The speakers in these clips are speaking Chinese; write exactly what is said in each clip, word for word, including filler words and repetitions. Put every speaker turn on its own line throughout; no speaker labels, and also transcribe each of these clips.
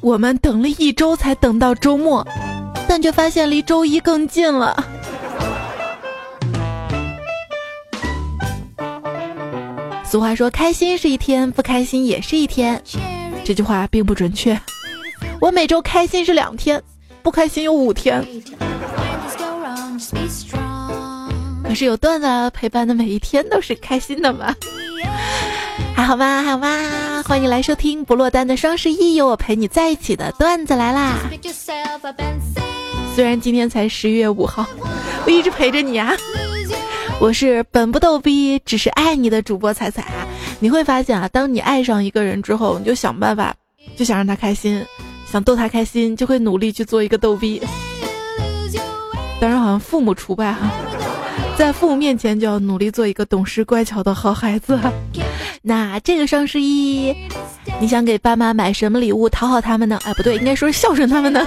我们等了一周才等到周末，但却发现离周一更近了。俗话说，开心是一天，不开心也是一天。这句话并不准确。我每周开心是两天，不开心有五天。可是有段子陪伴的每一天都是开心的嘛。还好吗？还好吗？欢迎来收听不落单的双十一，有我陪你在一起的段子来啦。虽然今天才十月五号，我一直陪着你啊。我是本不逗逼，只是爱你的主播彩彩啊。你会发现啊，当你爱上一个人之后，你就想办法，就想让他开心，想逗他开心，就会努力去做一个逗逼。当然好像父母除外哈、啊，在父母面前就要努力做一个懂事乖巧的好孩子。那这个双十一，你想给爸妈买什么礼物讨好他们呢？哎，不对，应该说是孝顺他们呢。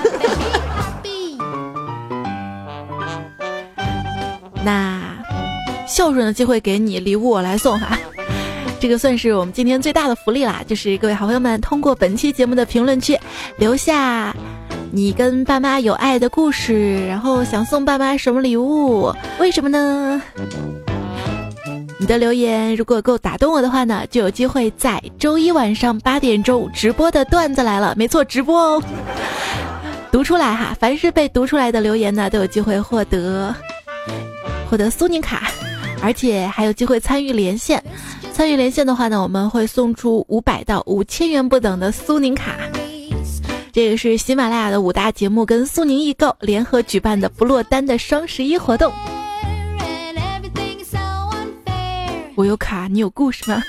那孝顺的机会给你，礼物我来送哈。这个算是我们今天最大的福利啦，就是各位好朋友们通过本期节目的评论区留下你跟爸妈有爱的故事，然后想送爸妈什么礼物，为什么呢？你的留言如果够打动我的话呢，就有机会在周一晚上八点钟直播的段子来了，没错，直播哦，读出来哈。凡是被读出来的留言呢，都有机会获得获得苏宁卡，而且还有机会参与连线。参与连线的话呢，我们会送出五百到五千元不等的苏宁卡。这个是喜马拉雅的五大节目跟苏宁易购联合举办的不落单的双十一活动。我有卡，你有故事吗？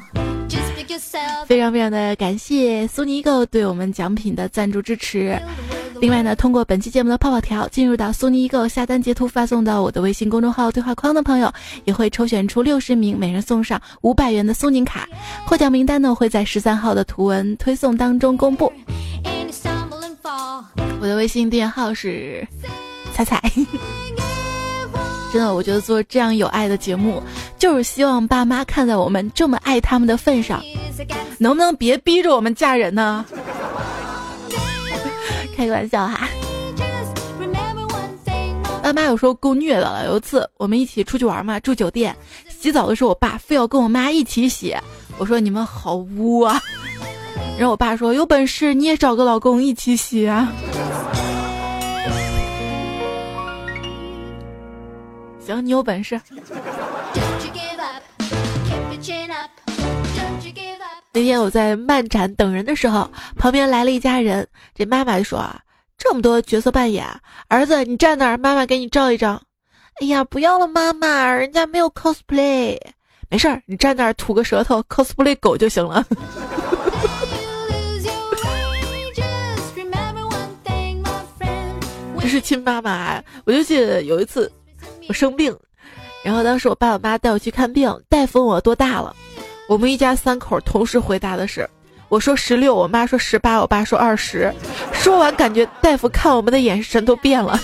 非常非常的感谢苏宁易购对我们奖品的赞助支持。另外呢，通过本期节目的泡泡条进入到苏宁易购下单截图发送到我的微信公众号对话框的朋友，也会抽选出六十名，每人送上五百元的苏宁卡。获奖名单呢会在十三号的图文推送当中公布。我的微信订阅号是彩彩。真的，我觉得做这样有爱的节目，就是希望爸妈看在我们这么爱他们的份上，能不能别逼着我们嫁人呢？开个玩笑哈。爸妈有时候够虐的了。有一次我们一起出去玩嘛，住酒店，洗澡的时候我爸非要跟我妈一起洗，我说你们好污啊。然后我爸说有本事你也找个老公一起洗啊。行，你有本事。那天我在漫展等人的时候，旁边来了一家人，这妈妈就说啊，这么多角色扮演，儿子你站那儿，妈妈给你照一张。哎呀，不要了妈妈，人家没有 cosplay。没事儿，你站那儿吐个舌头 cosplay 狗就行了。这是亲妈妈。我就记得有一次我生病，然后当时我爸我妈带我去看病，大夫问我多大了，我们一家三口同时回答的是，我说十六，我妈说十八，我爸说二十。说完感觉大夫看我们的眼神都变了。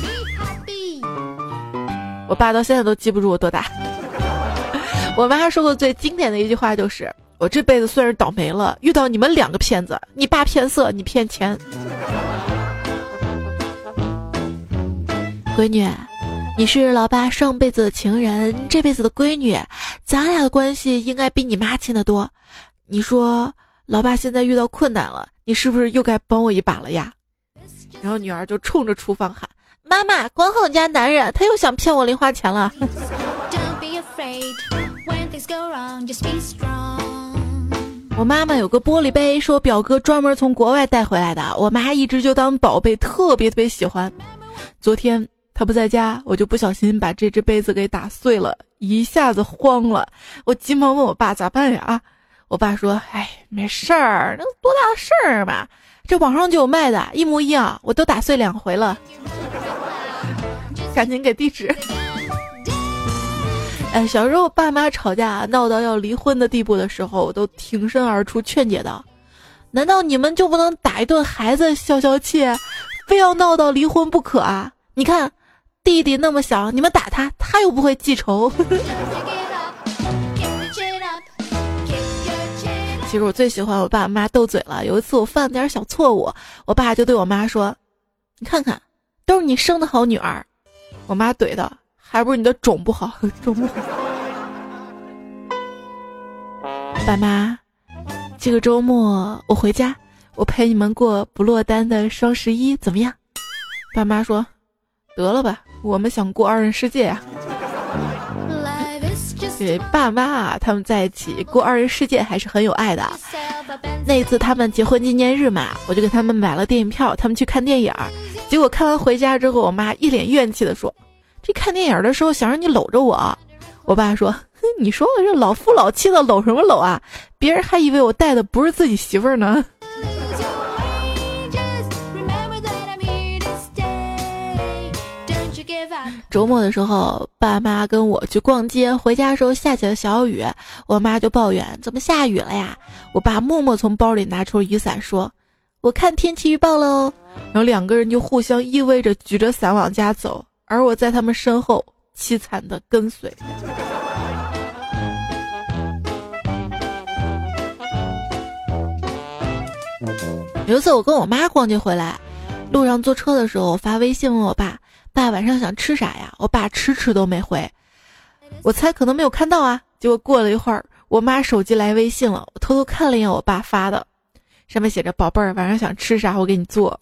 我爸到现在都记不住我多大。我妈说过最经典的一句话就是，我这辈子虽然倒霉了，遇到你们两个骗子，你爸骗色，你骗钱。闺女，你是老爸上辈子的情人，这辈子的闺女，咱俩的关系应该比你妈亲得多。你说老爸现在遇到困难了，你是不是又该帮我一把了呀？然后女儿就冲着厨房喊，妈妈管好你家男人，他又想骗我零花钱了。我妈妈有个玻璃杯，说表哥专门从国外带回来的，我妈一直就当宝贝，特别特别喜欢。昨天他不在家，我就不小心把这只杯子给打碎了，一下子慌了。我急忙问我爸咋办呀？我爸说，哎，没事儿，那多大的事儿嘛，这网上就有卖的，一模一样，我都打碎两回了。赶紧给地址。哎，小时候爸妈吵架闹到要离婚的地步的时候，我都挺身而出劝解道，难道你们就不能打一顿孩子消消气，非要闹到离婚不可啊？你看弟弟那么小，你们打他，他又不会记仇。其其实我最喜欢我爸妈斗嘴了。有一次我犯了点小错误，我爸就对我妈说：“你看看，都是你生的好女儿。”我妈怼的：“还不是你的种不好，种不好。”爸妈，这个周末我回家，我陪你们过不落单的双十一，怎么样？爸妈说：“得了吧，我们想过二人世界呀、啊。”对，爸妈啊，他们在一起过二人世界还是很有爱的。那一次他们结婚纪念日嘛，我就给他们买了电影票，他们去看电影。结果看完回家之后，我妈一脸怨气的说：“这看电影的时候想让你搂着我。”我爸说：“你说我这老夫老妻的搂什么搂啊？别人还以为我带的不是自己媳妇儿呢。”周末的时候，爸妈跟我去逛街，回家的时候下起了小雨，我妈就抱怨怎么下雨了呀？我爸默默从包里拿出了雨伞说：“我看天气预报喽。”然后两个人就互相依偎着举着伞往家走，而我在他们身后凄惨的跟随。有一次我跟我妈逛街回来，路上坐车的时候，我发微信问我爸：“爸，晚上想吃啥呀？”我爸迟迟都没回，我猜可能没有看到啊。结果过了一会儿，我妈手机来微信了，我偷偷看了一眼我爸发的，上面写着：“宝贝儿，晚上想吃啥我给你做。”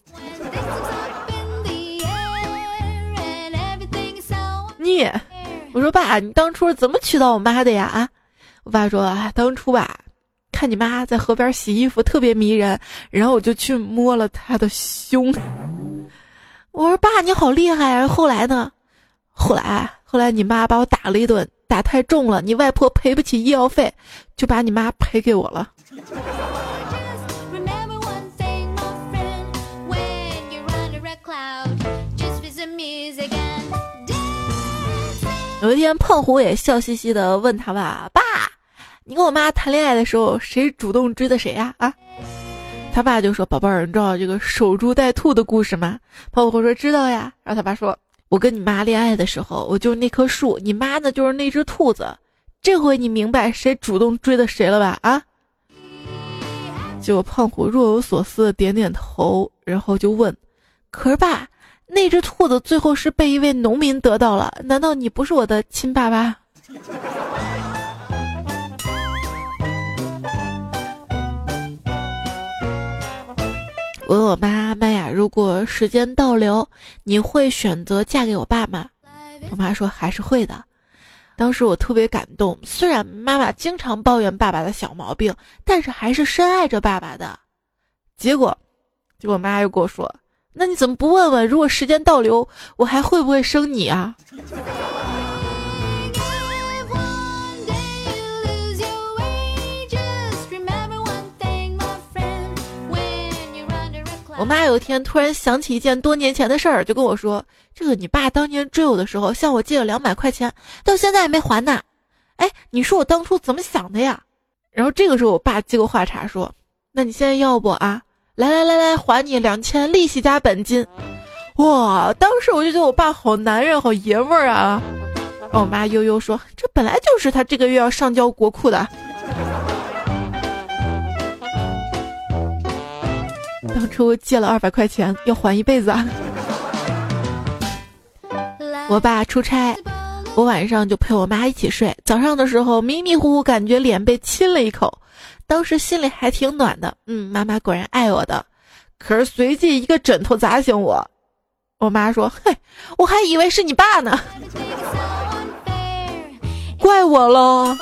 你，我说爸，你当初怎么娶到我妈的呀？啊，我爸说啊，当初吧，看你妈在河边洗衣服特别迷人，然后我就去摸了她的胸。我说爸，你好厉害啊！后来呢？后来，后来你妈把我打了一顿，打太重了，你外婆赔不起医药费，就把你妈赔给我了。有一天，胖虎也笑嘻嘻的问他爸：“爸，你跟我妈谈恋爱的时候，谁主动追的谁呀？”啊？他爸就说：“宝贝儿，你知道这个守株待兔的故事吗？”胖虎说：“知道呀。”然后他爸说：“我跟你妈恋爱的时候，我就是那棵树，你妈呢就是那只兔子。这回你明白谁主动追的谁了吧？”啊？结果胖虎若有所思的点点头，然后就问：“可是爸，那只兔子最后是被一位农民得到了，难道你不是我的亲爸爸？”我问我妈：“妈呀，如果时间倒流，你会选择嫁给我爸吗？”我妈说：“还是会的。”当时我特别感动，虽然妈妈经常抱怨爸爸的小毛病，但是还是深爱着爸爸的。结果，结果妈又跟我说：“那你怎么不问问，如果时间倒流，我还会不会生你啊？”我妈有一天突然想起一件多年前的事儿，就跟我说：“这个你爸当年追我的时候向我借了两百块钱，到现在还没还呢。哎，你说我当初怎么想的呀？”然后这个时候我爸接过话茬说：“那你现在要不啊？来来来来，还你两千，利息加本金。”哇，当时我就觉得我爸好男人，好爷们儿啊。然后我妈悠悠说：“这本来就是他这个月要上交国库的。”当初借了二百块钱，要还一辈子啊！我爸出差，我晚上就陪我妈一起睡。早上的时候迷迷糊糊感觉脸被亲了一口，当时心里还挺暖的。嗯，妈妈果然爱我的。可是随即一个枕头砸醒我，我妈说：“嘿，我还以为是你爸呢，怪我喽。”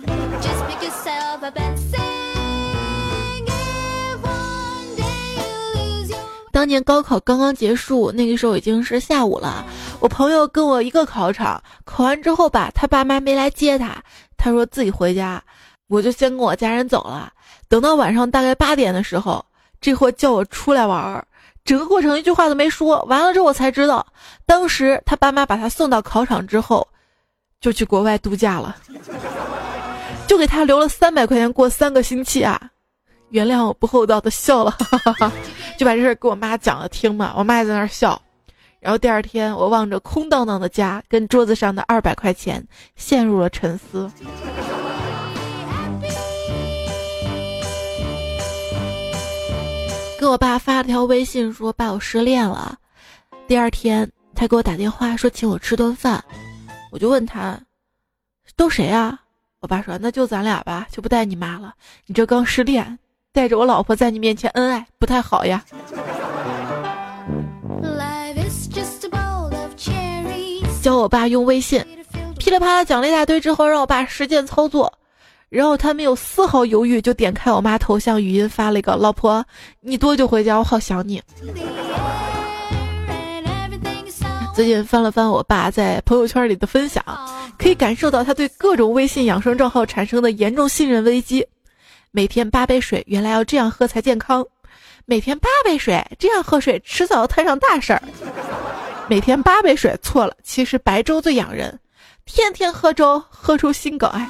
当年高考刚刚结束，那个时候已经是下午了。我朋友跟我一个考场，考完之后吧，他爸妈没来接他，他说自己回家，我就先跟我家人走了。等到晚上大概八点的时候，这货叫我出来玩，整个过程一句话都没说。完了之后我才知道，当时他爸妈把他送到考场之后，就去国外度假了，就给他留了三百块钱过三个星期啊。原谅我不厚道的笑了，哈哈哈，就把这事给我妈讲了听嘛，我妈也在那儿笑。然后第二天，我望着空荡荡的家跟桌子上的二百块钱，陷入了沉思。 给我爸发了条微信说爸我失恋了，第二天他给我打电话说请我吃顿饭，我就问他都谁啊？我爸说那就咱俩吧，就不带你妈了，你这刚失恋带着我老婆在你面前恩爱不太好呀。教我爸用微信，噼里啪啦讲了一大堆之后让我爸实践操作，然后他没有丝毫犹豫就点开我妈头像语音发了一个老婆你多久回家我好想你。最近翻了翻我爸在朋友圈里的分享，可以感受到他对各种微信养生账号产生的严重信任危机。每天八杯水原来要这样喝才健康，每天八杯水这样喝水迟早摊上大事儿，每天八杯水错了，其实白粥最养人，天天喝粥喝出心梗。哎，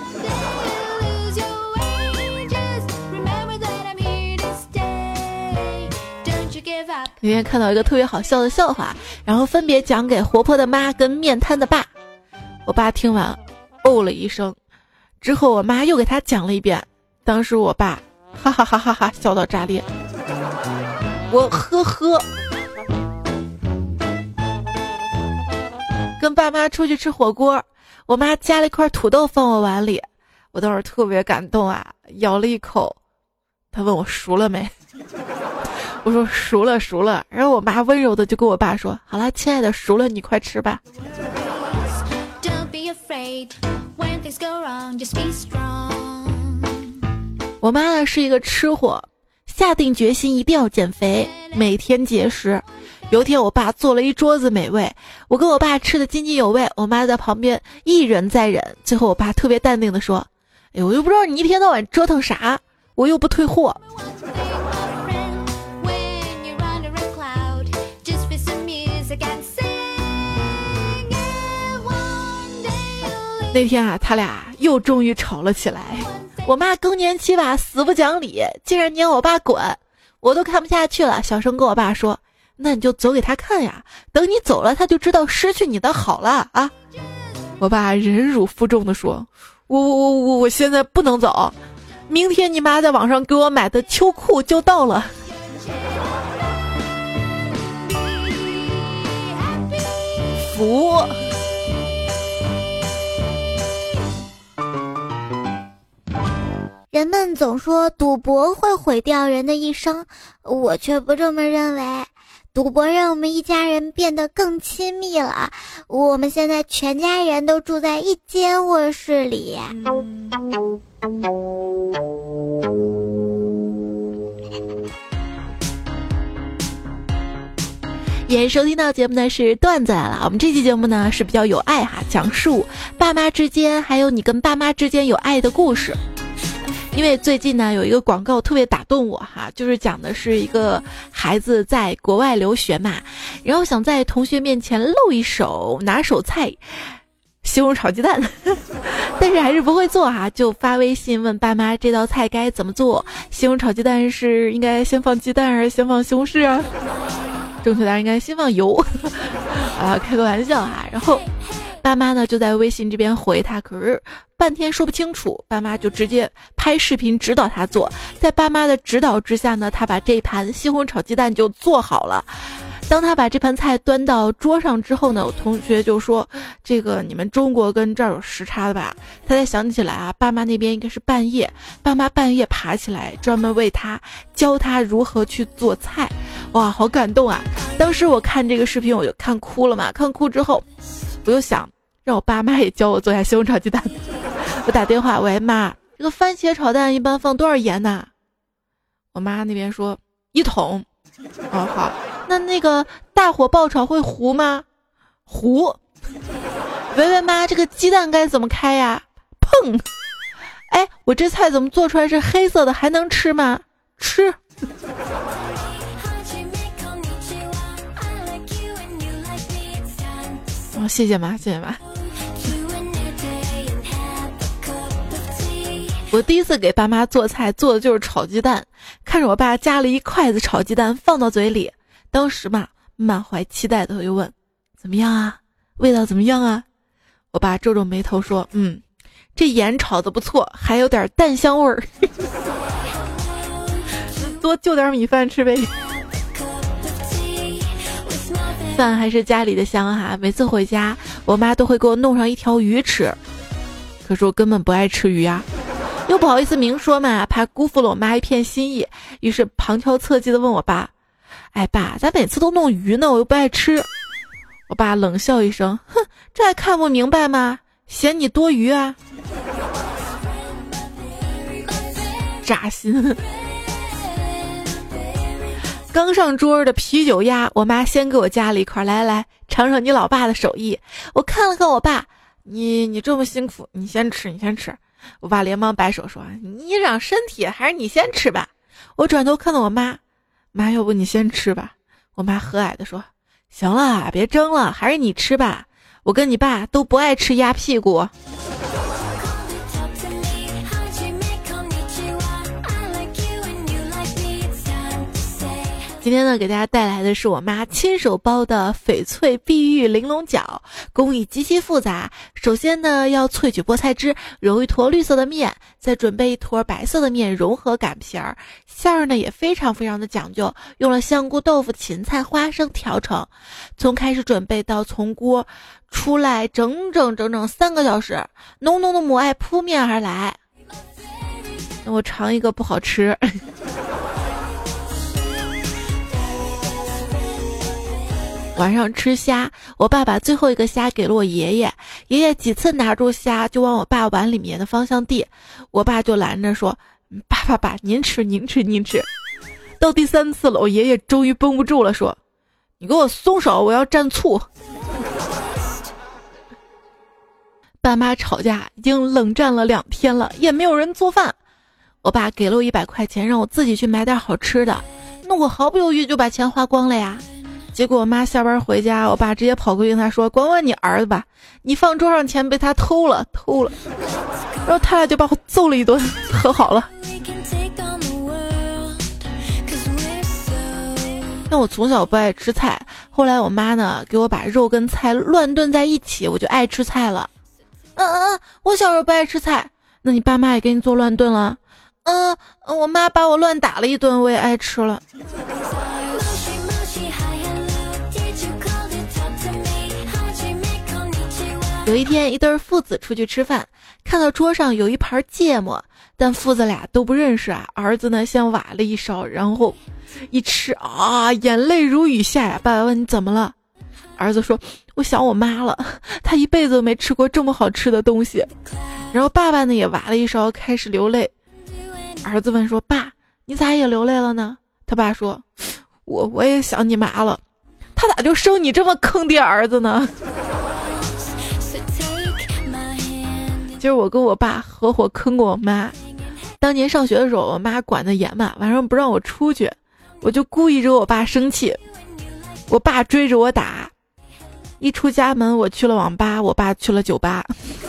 那天看到一个特别好笑的笑话，然后分别讲给活泼的妈跟面瘫的爸。我爸听完哦了一声，之后我妈又给他讲了一遍，当时我爸哈哈哈哈哈笑到炸裂，我呵呵。跟爸妈出去吃火锅，我妈夹了一块土豆放我碗里，我当时特别感动啊，咬了一口，她问我熟了没，我说熟了熟了，然后我妈温柔的就跟我爸说好了亲爱的熟了你快吃吧。我妈呢是一个吃货，下定决心一定要减肥，每天节食。有一天我爸做了一桌子美味，我跟我爸吃的津津有味，我妈在旁边一忍再忍，最后我爸特别淡定的说，哎，我又不知道你一天到晚折腾啥，我又不退货。那天啊他俩又终于吵了起来，我妈更年期吧死不讲理，竟然撵我爸滚，我都看不下去了，小声跟我爸说，那你就走给他看呀，等你走了他就知道失去你的好了啊。我爸忍辱负重地说，我我我我我现在不能走，明天你妈在网上给我买的秋裤就到了。服。
人们总说赌博会毁掉人的一生，我却不这么认为。赌博让我们一家人变得更亲密了，我们现在全家人都住在一间卧室里。
也收听到节目呢是段子来了，我们这期节目呢是比较有爱哈，讲述爸妈之间还有你跟爸妈之间有爱的故事。因为最近呢有一个广告特别打动我哈，就是讲的是一个孩子在国外留学嘛，然后想在同学面前露一手拿手菜西红柿炒鸡蛋但是还是不会做哈，就发微信问爸妈这道菜该怎么做，西红柿炒鸡蛋是应该先放鸡蛋还是先放西红柿啊？正确答案应该先放油啊，开个玩笑哈。然后爸妈呢就在微信这边回他，可是半天说不清楚，爸妈就直接拍视频指导他做。在爸妈的指导之下呢，他把这盘西红柿炒鸡蛋就做好了。当他把这盘菜端到桌上之后呢，我同学就说，这个你们中国跟这儿有时差的吧？他才想起来啊，爸妈那边应该是半夜，爸妈半夜爬起来专门为他教他如何去做菜。哇，好感动啊。当时我看这个视频我就看哭了嘛，看哭之后我就想让我爸妈也教我做下西红柿炒鸡蛋。我打电话，喂妈，这个番茄炒蛋一般放多少盐呢？我妈那边说一桶。哦好，那那个大火爆炒会糊吗？糊。喂喂妈，这个鸡蛋该怎么开呀？砰！哎，我这菜怎么做出来是黑色的，还能吃吗？吃。哦，谢谢妈，谢谢妈。我第一次给爸妈做菜，做的就是炒鸡蛋，看着我爸夹了一筷子炒鸡蛋放到嘴里，当时嘛满怀期待的我就问，怎么样啊，味道怎么样啊？我爸皱皱眉头说，嗯，这盐炒的不错，还有点蛋香味儿。 多就点米饭吃呗。饭还是家里的香哈，每次回家我妈都会给我弄上一条鱼吃，可是我根本不爱吃鱼啊，又不好意思明说嘛，怕辜负了我妈一片心意，于是旁敲侧击的问我爸，哎爸，咱每次都弄鱼呢，我又不爱吃。我爸冷笑一声，哼，这还看不明白吗？嫌你多余啊。扎心。刚上桌的啤酒鸭，我妈先给我夹了一块，来来尝尝你老爸的手艺。我看了看我爸，你你这么辛苦，你先吃你先吃。我爸连忙摆手说，你长身体还是你先吃吧。我转头看到我妈，妈要不你先吃吧。我妈和蔼地说，行了别争了，还是你吃吧，我跟你爸都不爱吃鸭屁股。今天呢，给大家带来的是我妈亲手包的翡翠碧玉玲珑饺，工艺极其复杂。首先呢，要萃取菠菜汁，揉一坨绿色的面，再准备一坨白色的面，融合擀皮儿。馅儿呢也非常非常的讲究，用了香菇、豆腐、芹菜、花生调成。从开始准备到从锅出来，整整整整三个小时，浓浓的母爱扑面而来。那我尝一个不好吃。晚上吃虾，我爸把最后一个虾给了我爷爷，爷爷几次拿住虾就往我爸碗里面的方向递，我爸就拦着说，爸爸爸，您吃您吃您吃。到第三次了，我爷爷终于绷不住了，说，你给我松手，我要蘸醋。爸妈吵架已经冷战了两天了，也没有人做饭。我爸给了我一百块钱，让我自己去买点好吃的，那我毫不犹豫就把钱花光了呀。结果我妈下班回家，我爸直接跑过去跟他说，管管你儿子吧，你放桌上钱被他偷了偷了。然后他俩就把我揍了一顿，和好了。那我从小不爱吃菜，后来我妈呢给我把肉跟菜乱炖在一起，我就爱吃菜了。嗯嗯嗯，我小时候不爱吃菜，那你爸妈也给你做乱炖了？嗯，我妈把我乱打了一顿，我也爱吃了。有一天，一对父子出去吃饭，看到桌上有一盘芥末，但父子俩都不认识啊。儿子呢先挖了一勺，然后一吃啊，眼泪如雨下呀。爸爸问你怎么了？儿子说，我想我妈了，她一辈子都没吃过这么好吃的东西。然后爸爸呢也挖了一勺，开始流泪。儿子问说，爸，你咋也流泪了呢？他爸说，我我也想你妈了，他咋就生你这么坑爹儿子呢？其实我跟我爸合伙坑过我妈。当年上学的时候，我妈管得严嘛，晚上不让我出去，我就故意惹我爸生气，我爸追着我打。一出家门，我去了网吧，我爸去了酒吧。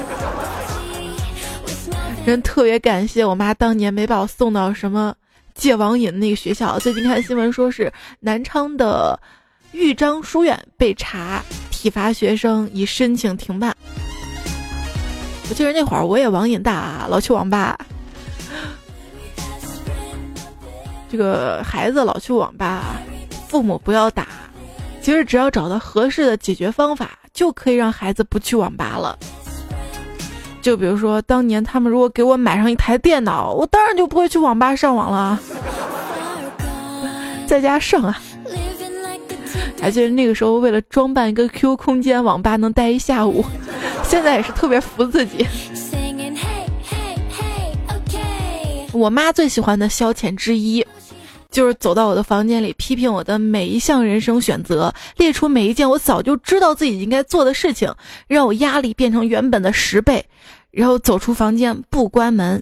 人特别感谢我妈当年没把我送到什么戒网瘾那个学校。最近看新闻说是南昌的豫章书院被查体罚学生，已申请停办。我记得那会儿我也网瘾大啊，老去网吧。这个孩子老去网吧，父母不要打。其实只要找到合适的解决方法，就可以让孩子不去网吧了。就比如说，当年他们如果给我买上一台电脑，我当然就不会去网吧上网了，在家上啊。还记得那个时候，为了装扮一个 Q Q 空间，网吧能待一下午。现在也是特别服自己。我妈最喜欢的消遣之一，就是走到我的房间里，批评我的每一项人生选择，列出每一件我早就知道自己应该做的事情，让我压力变成原本的十倍，然后走出房间不关门。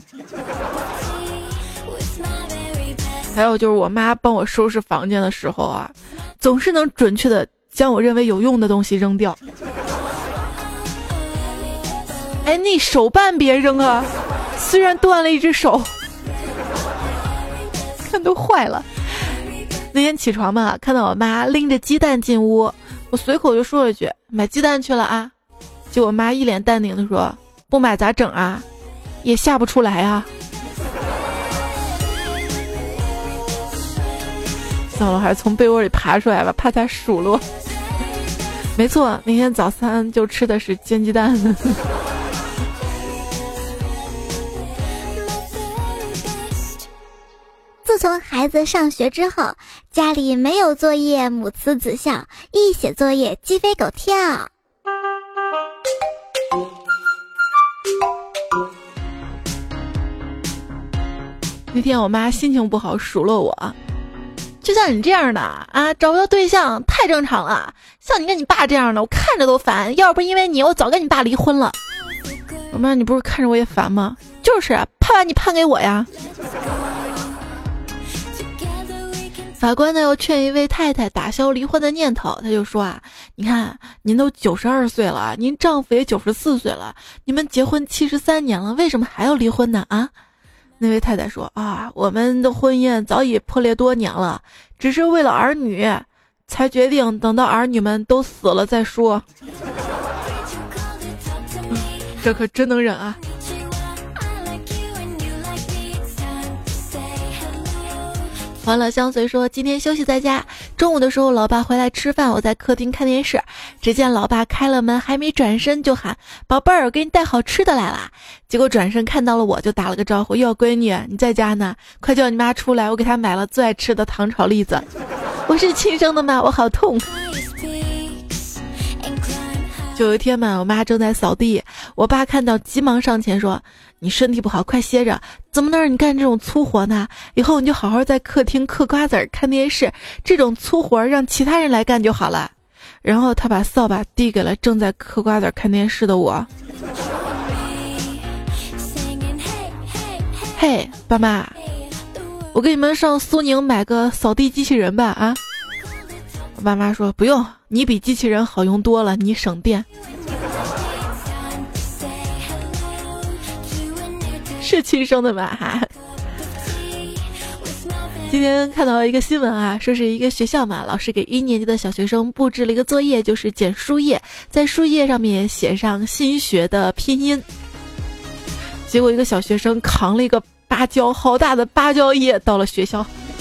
还有就是我妈帮我收拾房间的时候啊，总是能准确的将我认为有用的东西扔掉。哎，你手办别扔啊，虽然断了一只手，看都坏了。那天起床嘛，看到我妈拎着鸡蛋进屋，我随口就说了一句，买鸡蛋去了啊。结果我妈一脸淡定的说，不买咋整啊，也下不出来啊。 算了，还是从被窝里爬出来吧，怕他数落。没错，明天早餐就吃的是煎鸡蛋。
自从孩子上学之后，家里没有作业母慈子孝，一写作业鸡飞狗跳。
那天我妈心情不好数落我，就像你这样的啊，找不到对象太正常了，像你跟你爸这样的我看着都烦，要不是因为你我早跟你爸离婚了。我妈，你不是看着我也烦吗？就是怕把你判给我呀。法官呢又劝一位太太打消离婚的念头，他就说啊，你看您都九十二岁了，您丈夫也九十四岁了，你们结婚七十三年了，为什么还要离婚呢？啊？那位太太说啊，我们的婚姻早已破裂多年了，只是为了儿女才决定等到儿女们都死了再说。嗯，这可真能忍啊。欢乐相随说，今天休息在家，中午的时候老爸回来吃饭，我在客厅看电视，只见老爸开了门，还没转身就喊宝贝儿，我给你带好吃的来啦。结果转身看到了我，就打了个招呼，哟闺女你在家呢，快叫你妈出来，我给她买了最爱吃的糖炒栗子。我是亲生的吗？我好痛。就有一天嘛，我妈正在扫地，我爸看到急忙上前说，你身体不好快歇着，怎么能让你干这种粗活呢？以后你就好好在客厅嗑瓜子看电视，这种粗活让其他人来干就好了。然后他把扫把递给了正在嗑瓜子看电视的我。嘿爸妈，我给你们上苏宁买个扫地机器人吧啊！我爸妈说不用，你比机器人好用多了，你省电。是亲生的吧？今天看到一个新闻啊，说是一个学校嘛，老师给一年级的小学生布置了一个作业，就是捡书页，在书页上面写上新学的拼音。结果一个小学生扛了一个芭蕉，好大的芭蕉叶到了学校。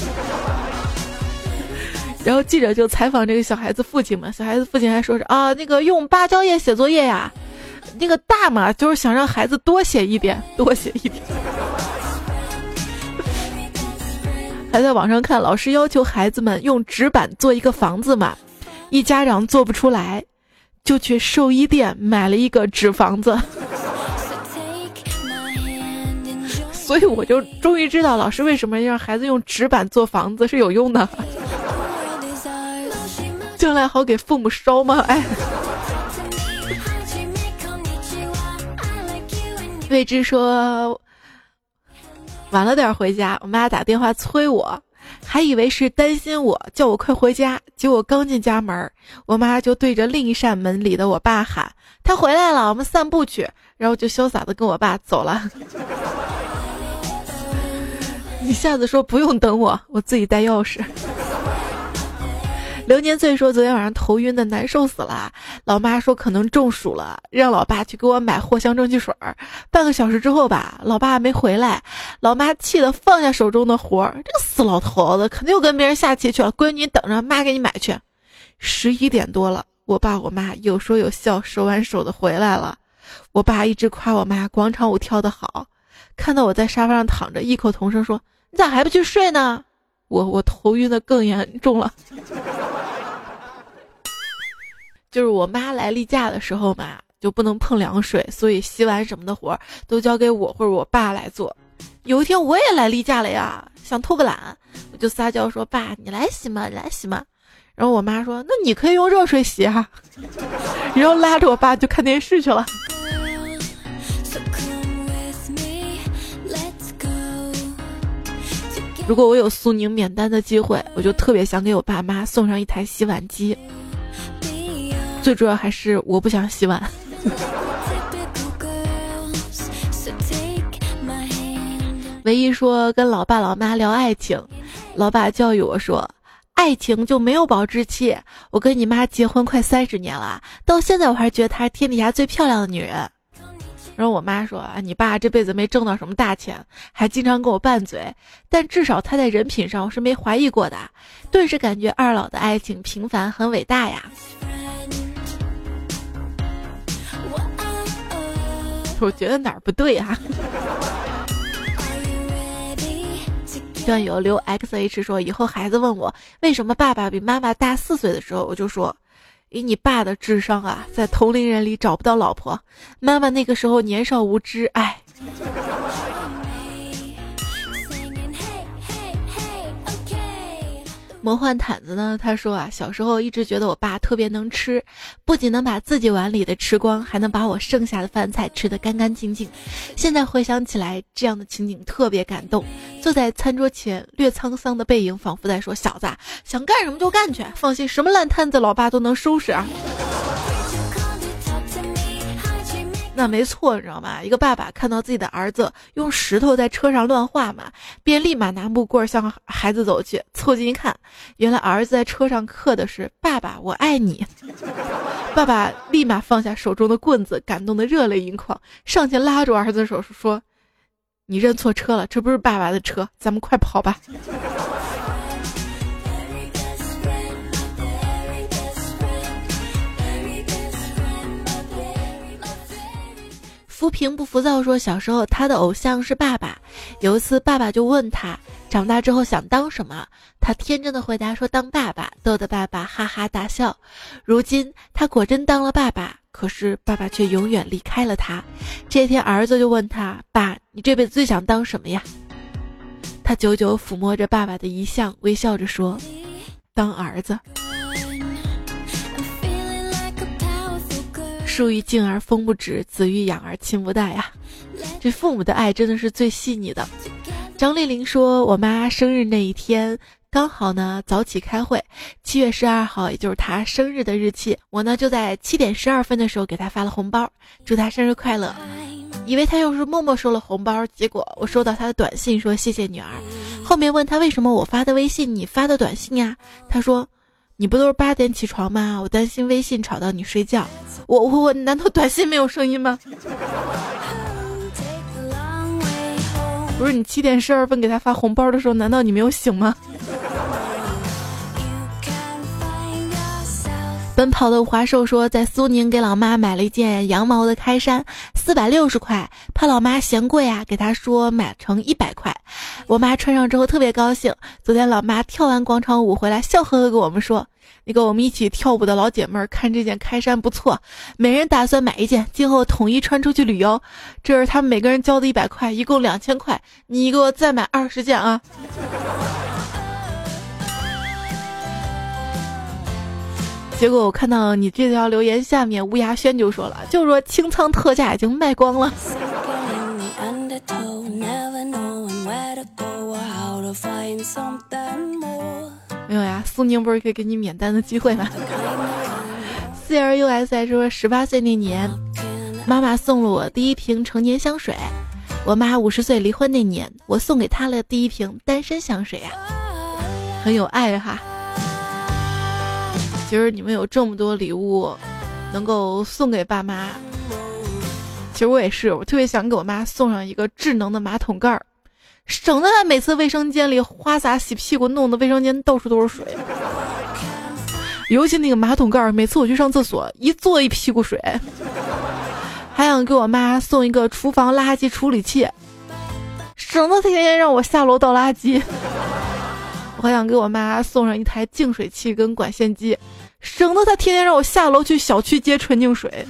然后记者就采访这个小孩子父亲嘛，小孩子父亲还说是啊，那个用芭蕉叶写作业呀，那个大嘛，就是想让孩子多写一点，多写一点。还在网上看，老师要求孩子们用纸板做一个房子嘛，一家长做不出来，就去寿衣店买了一个纸房子。所以我就终于知道老师为什么让孩子用纸板做房子是有用的。将来好给父母烧吗？哎，未知说晚了点回家，我妈打电话催我，还以为是担心我，叫我快回家。结果刚进家门，我妈就对着另一扇门里的我爸喊：“他回来了，我们散步去。”然后就潇洒的跟我爸走了。一下子说不用等我，我自己带钥匙。流年岁说昨天晚上头晕的难受死了，老妈说可能中暑了，让老爸去给我买藿香正气水。半个小时之后吧，老爸没回来，老妈气得放下手中的活，这个死老头子肯定又跟别人下棋去了，闺女等着，妈给你买去。十一点多了，我爸我妈有说有笑，手挽手的回来了。我爸一直夸我妈广场舞跳得好，看到我在沙发上躺着，异口同声说：“你咋还不去睡呢？”我我头晕的更严重了。就是我妈来例假的时候嘛，就不能碰凉水，所以洗碗什么的活都交给我或者我爸来做。有一天我也来例假了呀，想偷个懒，我就撒娇说：“爸，你来洗嘛，你来洗嘛。”然后我妈说：“那你可以用热水洗啊。”然后拉着我爸就看电视去了。如果我有苏宁免单的机会，我就特别想给我爸妈送上一台洗碗机。最主要还是我不想洗碗。唯一说跟老爸老妈聊爱情，老爸教育我说，爱情就没有保质期。我跟你妈结婚快三十年了，到现在我还觉得她是天底下最漂亮的女人。 然后我妈说啊，你爸这辈子没挣到什么大钱，还经常跟我拌嘴，但至少他在人品上我是没怀疑过的。顿时感觉二老的爱情平凡很伟大呀。我觉得哪儿不对啊？段友刘 X H 说，以后孩子问我为什么爸爸比妈妈大四岁的时候，我就说，以你爸的智商啊，在同龄人里找不到老婆，妈妈那个时候年少无知，哎。魔幻毯子呢？他说啊，小时候一直觉得我爸特别能吃，不仅能把自己碗里的吃光，还能把我剩下的饭菜吃得干干净净。现在回想起来，这样的情景特别感动。坐在餐桌前，略沧桑的背影仿佛在说：“小子，想干什么就干去，放心，什么烂摊子老爸都能收拾啊。”那没错，你知道吗？一个爸爸看到自己的儿子用石头在车上乱画嘛，便立马拿木棍向孩子走去，凑近一看，原来儿子在车上刻的是爸爸我爱你。爸爸立马放下手中的棍子，感动得热泪盈眶，上前拉住儿子的手说，你认错车了，这不是爸爸的车，咱们快跑吧。浮萍不浮躁说，小时候他的偶像是爸爸，有一次爸爸就问他长大之后想当什么，他天真的回答说当爸爸，逗得爸爸哈哈大笑。如今他果真当了爸爸，可是爸爸却永远离开了他。这天儿子就问他，爸，你这辈子最想当什么呀？他久久抚摸着爸爸的遗像，微笑着说，当儿子。树欲静而风不止，子欲养而亲不待呀。这父母的爱真的是最细腻的。张丽玲说，我妈生日那一天刚好呢早起开会，七月十二号也就是她生日的日期，我呢就在七点十二分的时候给她发了红包，祝她生日快乐。以为她又是默默收了红包，结果我收到她的短信说谢谢女儿。后面问她为什么我发的微信你发的短信呀？她说你不都是八点起床吗？我担心微信吵到你睡觉。我我我难道短信没有声音吗？不是你七点十二分给他发红包的时候，难道你没有醒吗？奔跑的华兽说，在苏宁给老妈买了一件羊毛的开衫，四百六十块，怕老妈嫌贵啊，给她说买成一百块。我妈穿上之后特别高兴。昨天老妈跳完广场舞回来，笑呵呵跟我们说，那个我们一起跳舞的老姐妹儿看这件开衫不错，每人打算买一件，今后统一穿出去旅游。这是他们每个人交的一百块，一共两千块，你给我再买二十件啊。结果我看到你这条留言下面，乌鸦轩就说了，就说清仓特价已经卖光了。没有呀，苏宁不是可以给你免单的机会吗？ C R U S I 说，十八岁那年妈妈送了我第一瓶成年香水，我妈五十岁离婚那年我送给她了第一瓶单身香水啊，很有爱哈。其实你们有这么多礼物能够送给爸妈，其实我也是，我特别想给我妈送上一个智能的马桶盖，省得她每次卫生间里花洒洗屁股弄得卫生间到处都是水，尤其那个马桶盖，每次我去上厕所一坐一屁股水。还想给我妈送一个厨房垃圾处理器，省得天天让我下楼倒垃圾。我还想给我妈送上一台净水器跟管线机，省得她天天让我下楼去小区接纯净水。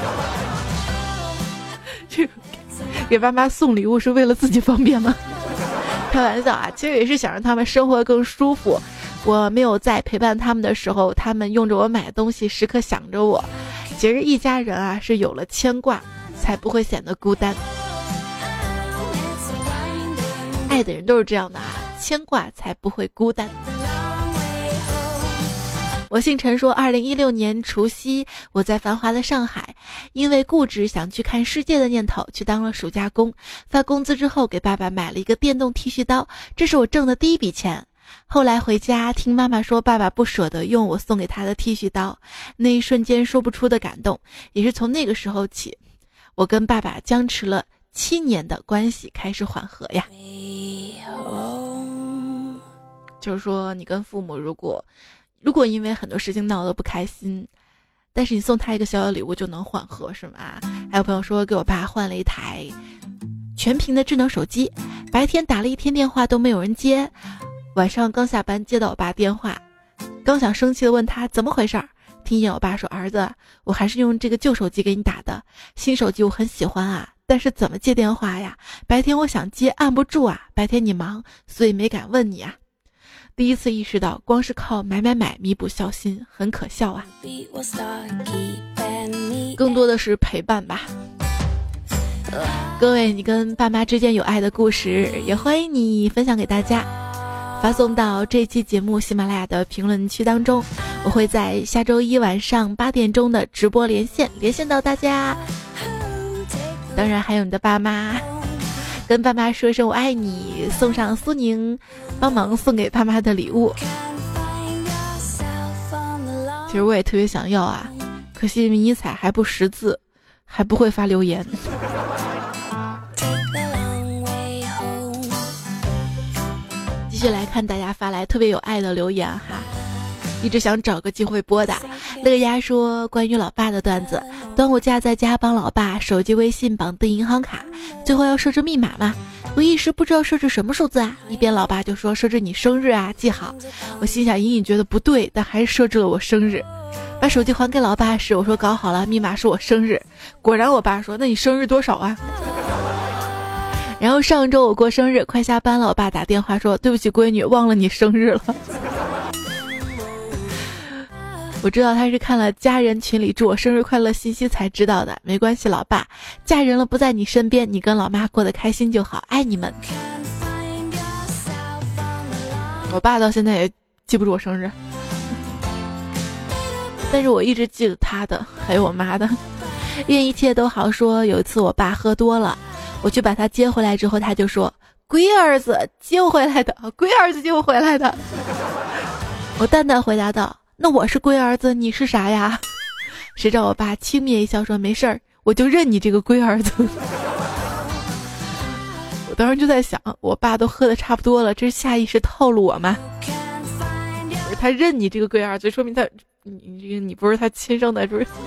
这个给爸妈送礼物是为了自己方便吗？开玩笑啊，其实也是想让他们生活更舒服。我没有在陪伴他们的时候，他们用着我买的东西时刻想着我。其实一家人啊，是有了牵挂才不会显得孤单。爱的人都是这样的啊，牵挂才不会孤单。我姓陈说，二零一六年除夕，我在繁华的上海，因为固执想去看世界的念头，去当了暑假工。发工资之后，给爸爸买了一个电动剃须刀，这是我挣的第一笔钱。后来回家听妈妈说，爸爸不舍得用我送给他的剃须刀，那一瞬间说不出的感动。也是从那个时候起， 我跟爸爸僵持了七年的关系开始缓和呀。就是说你跟父母如果如果因为很多事情闹得不开心，但是你送他一个小小礼物就能缓和，是吗？还有朋友说给我爸换了一台全屏的智能手机，白天打了一天电话都没有人接，晚上刚下班接到我爸电话，刚想生气的问他怎么回事儿，听见我爸说，儿子，我还是用这个旧手机给你打的，新手机我很喜欢啊，但是怎么接电话呀？白天我想接按不住啊，白天你忙，所以没敢问你啊。第一次意识到光是靠买买买弥补孝心很可笑啊，更多的是陪伴吧。各位，你跟爸妈之间有爱的故事也欢迎你分享给大家，发送到这期节目喜马拉雅的评论区当中，我会在下周一晚上八点钟的直播连线连线到大家。当然还有你的爸妈，跟爸妈说声我爱你，送上苏宁帮忙送给爸妈的礼物。其实我也特别想要啊，可惜迷彩还不识字，还不会发留言。继续来看大家发来特别有爱的留言哈，一直想找个机会播的。乐丫说关于老爸的段子，端午假在家帮老爸手机微信绑定银行卡，最后要设置密码嘛，我一时不知道设置什么数字啊，一边老爸就说设置你生日啊，记好。我心想隐隐觉得不对，但还是设置了我生日。把手机还给老爸时，我说搞好了，密码是我生日。果然我爸说那你生日多少啊？然后上周我过生日，快下班了，我爸打电话说对不起闺女，忘了你生日了。我知道他是看了家人群里祝我生日快乐信息才知道的，没关系老爸，嫁人了不在你身边，你跟老妈过得开心就好，爱你们。我爸到现在也记不住我生日，但是我一直记得他的还有我妈的。愿一切都好说，有一次我爸喝多了，我去把他接回来之后，他就说龟儿子接我回来的，龟儿子接我回来的。我淡淡回答道，那我是龟儿子，你是啥呀？谁知道我爸轻蔑一笑说没事儿，我就认你这个龟儿子。我当时就在想，我爸都喝得差不多了，这是下意识套路我吗？他认你这个龟儿子，说明他你你你不是他亲生的，不是？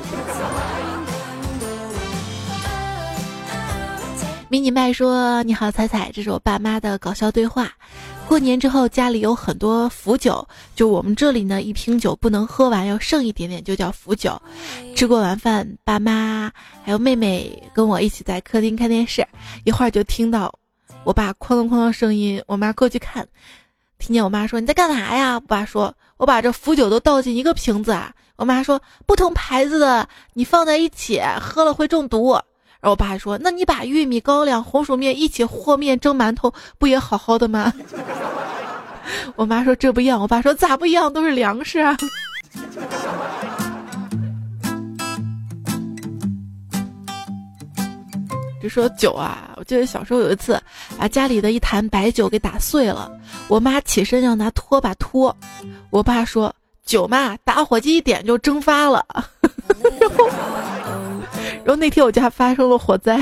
迷你麦说你好彩彩，这是我爸妈的搞笑对话。过年之后家里有很多福酒，就我们这里呢一瓶酒不能喝完，要剩一点点就叫福酒。吃过晚饭，爸妈还有妹妹跟我一起在客厅看电视，一会儿就听到我爸哐当哐当声音，我妈过去看，听见我妈说你在干嘛呀？我爸说我把这福酒都倒进一个瓶子啊。我妈说不同牌子的你放在一起喝了会中毒。然后我爸还说那你把玉米高粱红薯面一起和面蒸馒头不也好好的吗？我妈说这不一样，我爸说咋不一样，都是粮食啊。就说酒啊，我记得小时候有一次把家里的一坛白酒给打碎了，我妈起身要拿拖把拖，我爸说酒嘛打火机一点就蒸发了。然后然后那天我家发生了火灾。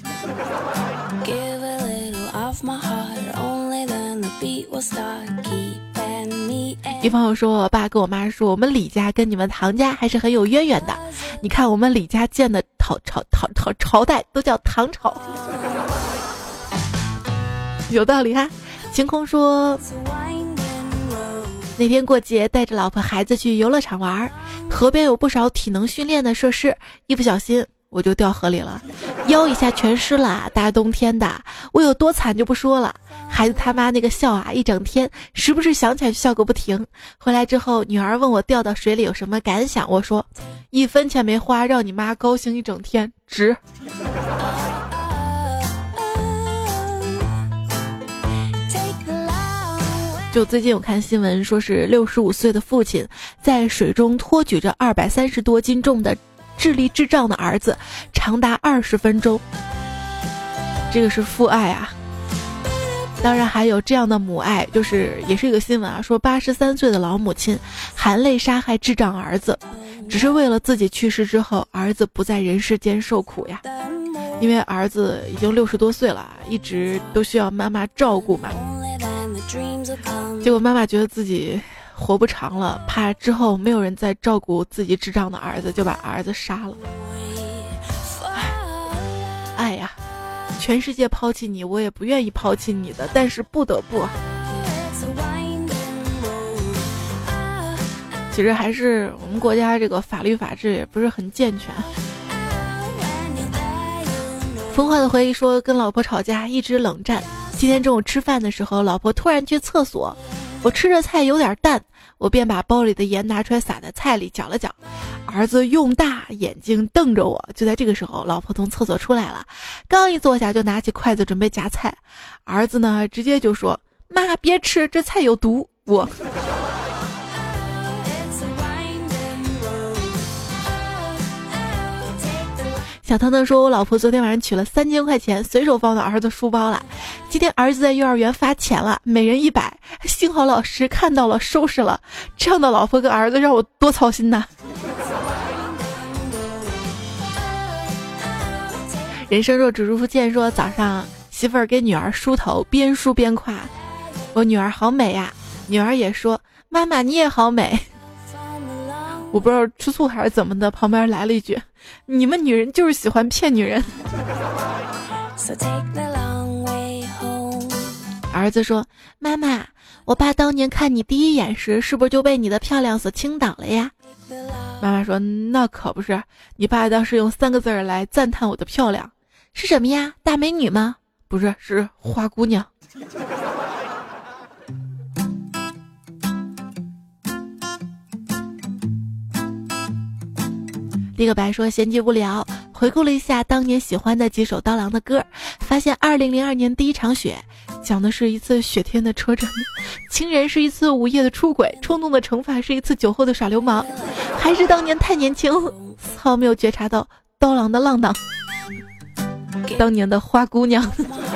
一朋友说我爸跟我妈说我们李家跟你们唐家还是很有渊源的，你看我们李家建的朝朝朝朝朝代都叫唐朝。有道理哈。晴空说那天过节带着老婆孩子去游乐场玩，河边有不少体能训练的设施，一不小心我就掉河里了，腰一下全湿了，大冬天的我有多惨就不说了，孩子他妈那个笑啊一整天，时不时想起来就笑个不停。回来之后女儿问我掉到水里有什么感想，我说一分钱没花，让你妈高兴一整天，值。就最近我看新闻说是六十五岁的父亲在水中托举着二百三十多斤重的智力智障的儿子长达二十分钟，这个是父爱啊。当然还有这样的母爱，就是也是一个新闻啊，说八十三岁的老母亲含泪杀害智障儿子，只是为了自己去世之后儿子不在人世间受苦呀。 因为儿子已经六十多岁了，一直都需要妈妈照顾嘛。结果妈妈觉得自己活不长了，怕之后没有人再照顾自己智障的儿子，就把儿子杀了。哎呀，全世界抛弃你，我也不愿意抛弃你的，但是不得不。其实还是我们国家这个法律法制也不是很健全。风化的回忆说，跟老婆吵架一直冷战。今天中午吃饭的时候，老婆突然去厕所，我吃着菜有点淡，我便把包里的盐拿出来撒在菜里搅了搅。儿子用大眼睛瞪着我，就在这个时候，老婆从厕所出来了，刚一坐下就拿起筷子准备夹菜，儿子呢直接就说：“妈，别吃，这菜有毒。”我。小腾腾说，我老婆昨天晚上取了三千块钱，随手放到儿子书包了。今天儿子在幼儿园发钱了，每人一百，幸好老师看到了，收拾了。这样的老婆跟儿子让我多操心呐！人生若只如初见说，早上媳妇儿给女儿梳头，边梳边夸：“我女儿好美呀！”女儿也说：“妈妈你也好美。”我不知道吃醋还是怎么的，旁边来了一句：“你们女人就是喜欢骗女人。”儿子说：“妈妈，我爸当年看你第一眼时，是不是就被你的漂亮所倾倒了呀？”妈妈说：“那可不是，你爸当时用三个字儿来赞叹我的漂亮，是什么呀？大美女吗？不是，是花姑娘。”李个白说，闲极无聊，回顾了一下当年喜欢的几首刀郎的歌，发现二零零二年第一场雪讲的是一次雪天的车震，情人是一次午夜的出轨，冲动的惩罚是一次酒后的耍流氓，还是当年太年轻，丝毫没有觉察到刀郎的浪荡，当年的花姑娘。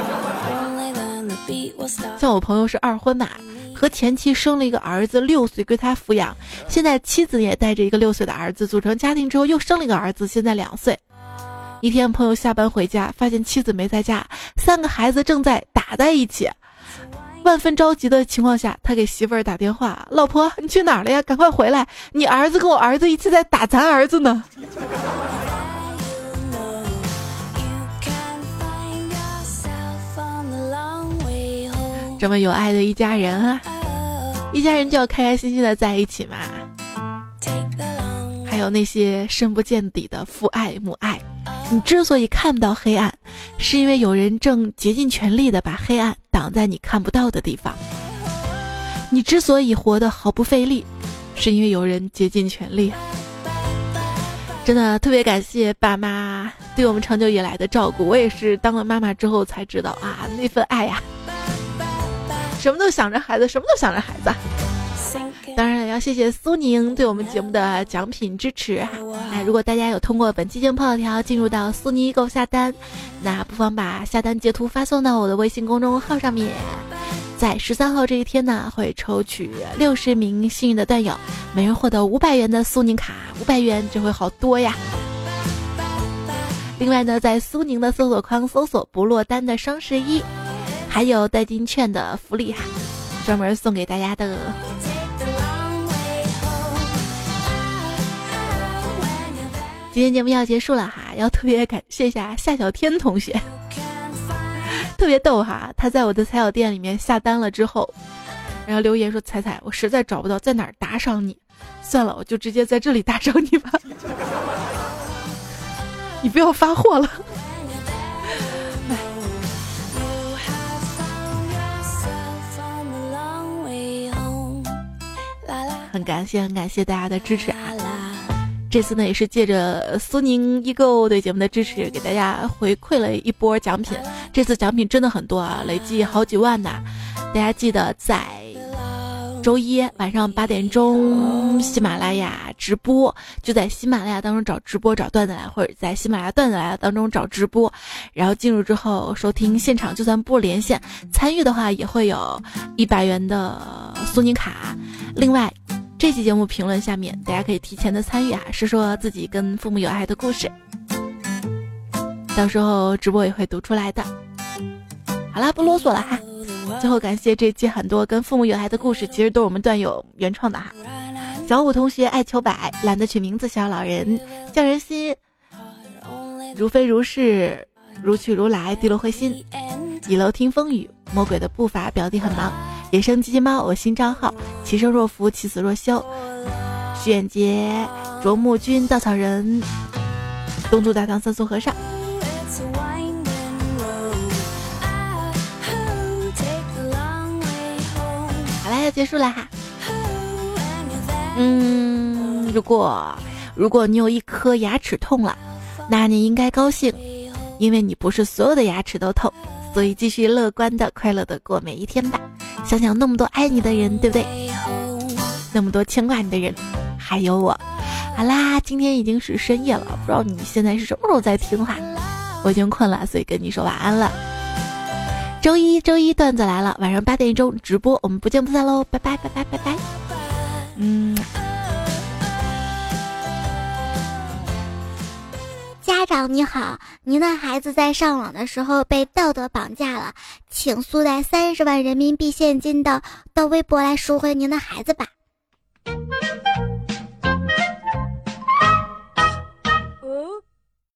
像我朋友是二婚嘛，和前妻生了一个儿子，六岁归他抚养，现在妻子也带着一个六岁的儿子，组成家庭之后又生了一个儿子，现在两岁。一天朋友下班回家，发现妻子没在家，三个孩子正在打在一起，万分着急的情况下，他给媳妇儿打电话：“老婆，你去哪儿了呀？赶快回来，你儿子跟我儿子一起在打咱儿子呢。”这么有爱的一家人啊，一家人就要开开心心的在一起嘛。还有那些深不见底的父爱母爱，你之所以看不到黑暗，是因为有人正竭尽全力的把黑暗挡在你看不到的地方。你之所以活得毫不费力，是因为有人竭尽全力。真的特别感谢爸妈对我们长久以来的照顾，我也是当了妈妈之后才知道啊，那份爱呀，什么都想着孩子，什么都想着孩子。当然要谢谢苏宁对我们节目的奖品支持。那如果大家有通过本期节目泡条进入到苏宁易购下单，那不妨把下单截图发送到我的微信公众号上面。在十三号这一天呢，会抽取六十名幸运的段友，每人获得五百元的苏宁卡，五百元这回好多呀。另外呢，在苏宁的搜索框搜索不落单的双十一，还有代金券的福利哈，专门送给大家的。今天节目要结束了哈，要特别感谢一下夏小天同学，特别逗哈，他在我的彩小店里面下单了之后，然后留言说：“彩彩，我实在找不到在哪儿打赏你，算了，我就直接在这里打赏你吧，你不要发货了。”很感谢很感谢大家的支持啊！这次呢也是借着苏宁易购对节目的支持，给大家回馈了一波奖品。这次奖品真的很多啊，累计好几万呐！大家记得在周一晚上八点钟喜马拉雅直播，就在喜马拉雅当中找直播找段子来，或者在喜马拉雅段子来当中找直播，然后进入之后收听现场，就算不连线参与的话，也会有一百元的苏宁卡。另外这期节目评论下面大家可以提前的参与啊，说说自己跟父母有爱的故事。 到时候直播也会读出来的。好啦，不啰嗦了哈。最后感谢这期很多跟父母有爱的故事，其实都是我们段友原创的哈。小五同学爱求百，懒得取名字小老人，叫人心，如非如是，如去如来，滴落灰心，倚楼听风雨，魔鬼的步伐，表弟很忙，野生机器猫，我心账号，其生若浮，其死若休，徐远杰，卓木君，稻草人，东渡大唐三苏和尚。好啦，要结束了哈。嗯，如果如果你有一颗牙齿痛了，那你应该高兴，因为你不是所有的牙齿都痛，所以继续乐观的、快乐的过每一天吧。想想那么多爱你的人，对不对？那么多牵挂你的人，还有我。好啦，今天已经是深夜了，不知道你现在是什么时候在听哈？我已经困了，所以跟你说晚安了。周一周一段子来了，晚上八点钟直播，我们不见不散喽！拜拜拜拜拜拜。嗯，
家长你好，您的孩子在上网的时候被道德绑架了，请速带三十万人民币现金的到微博来赎回您的孩子吧。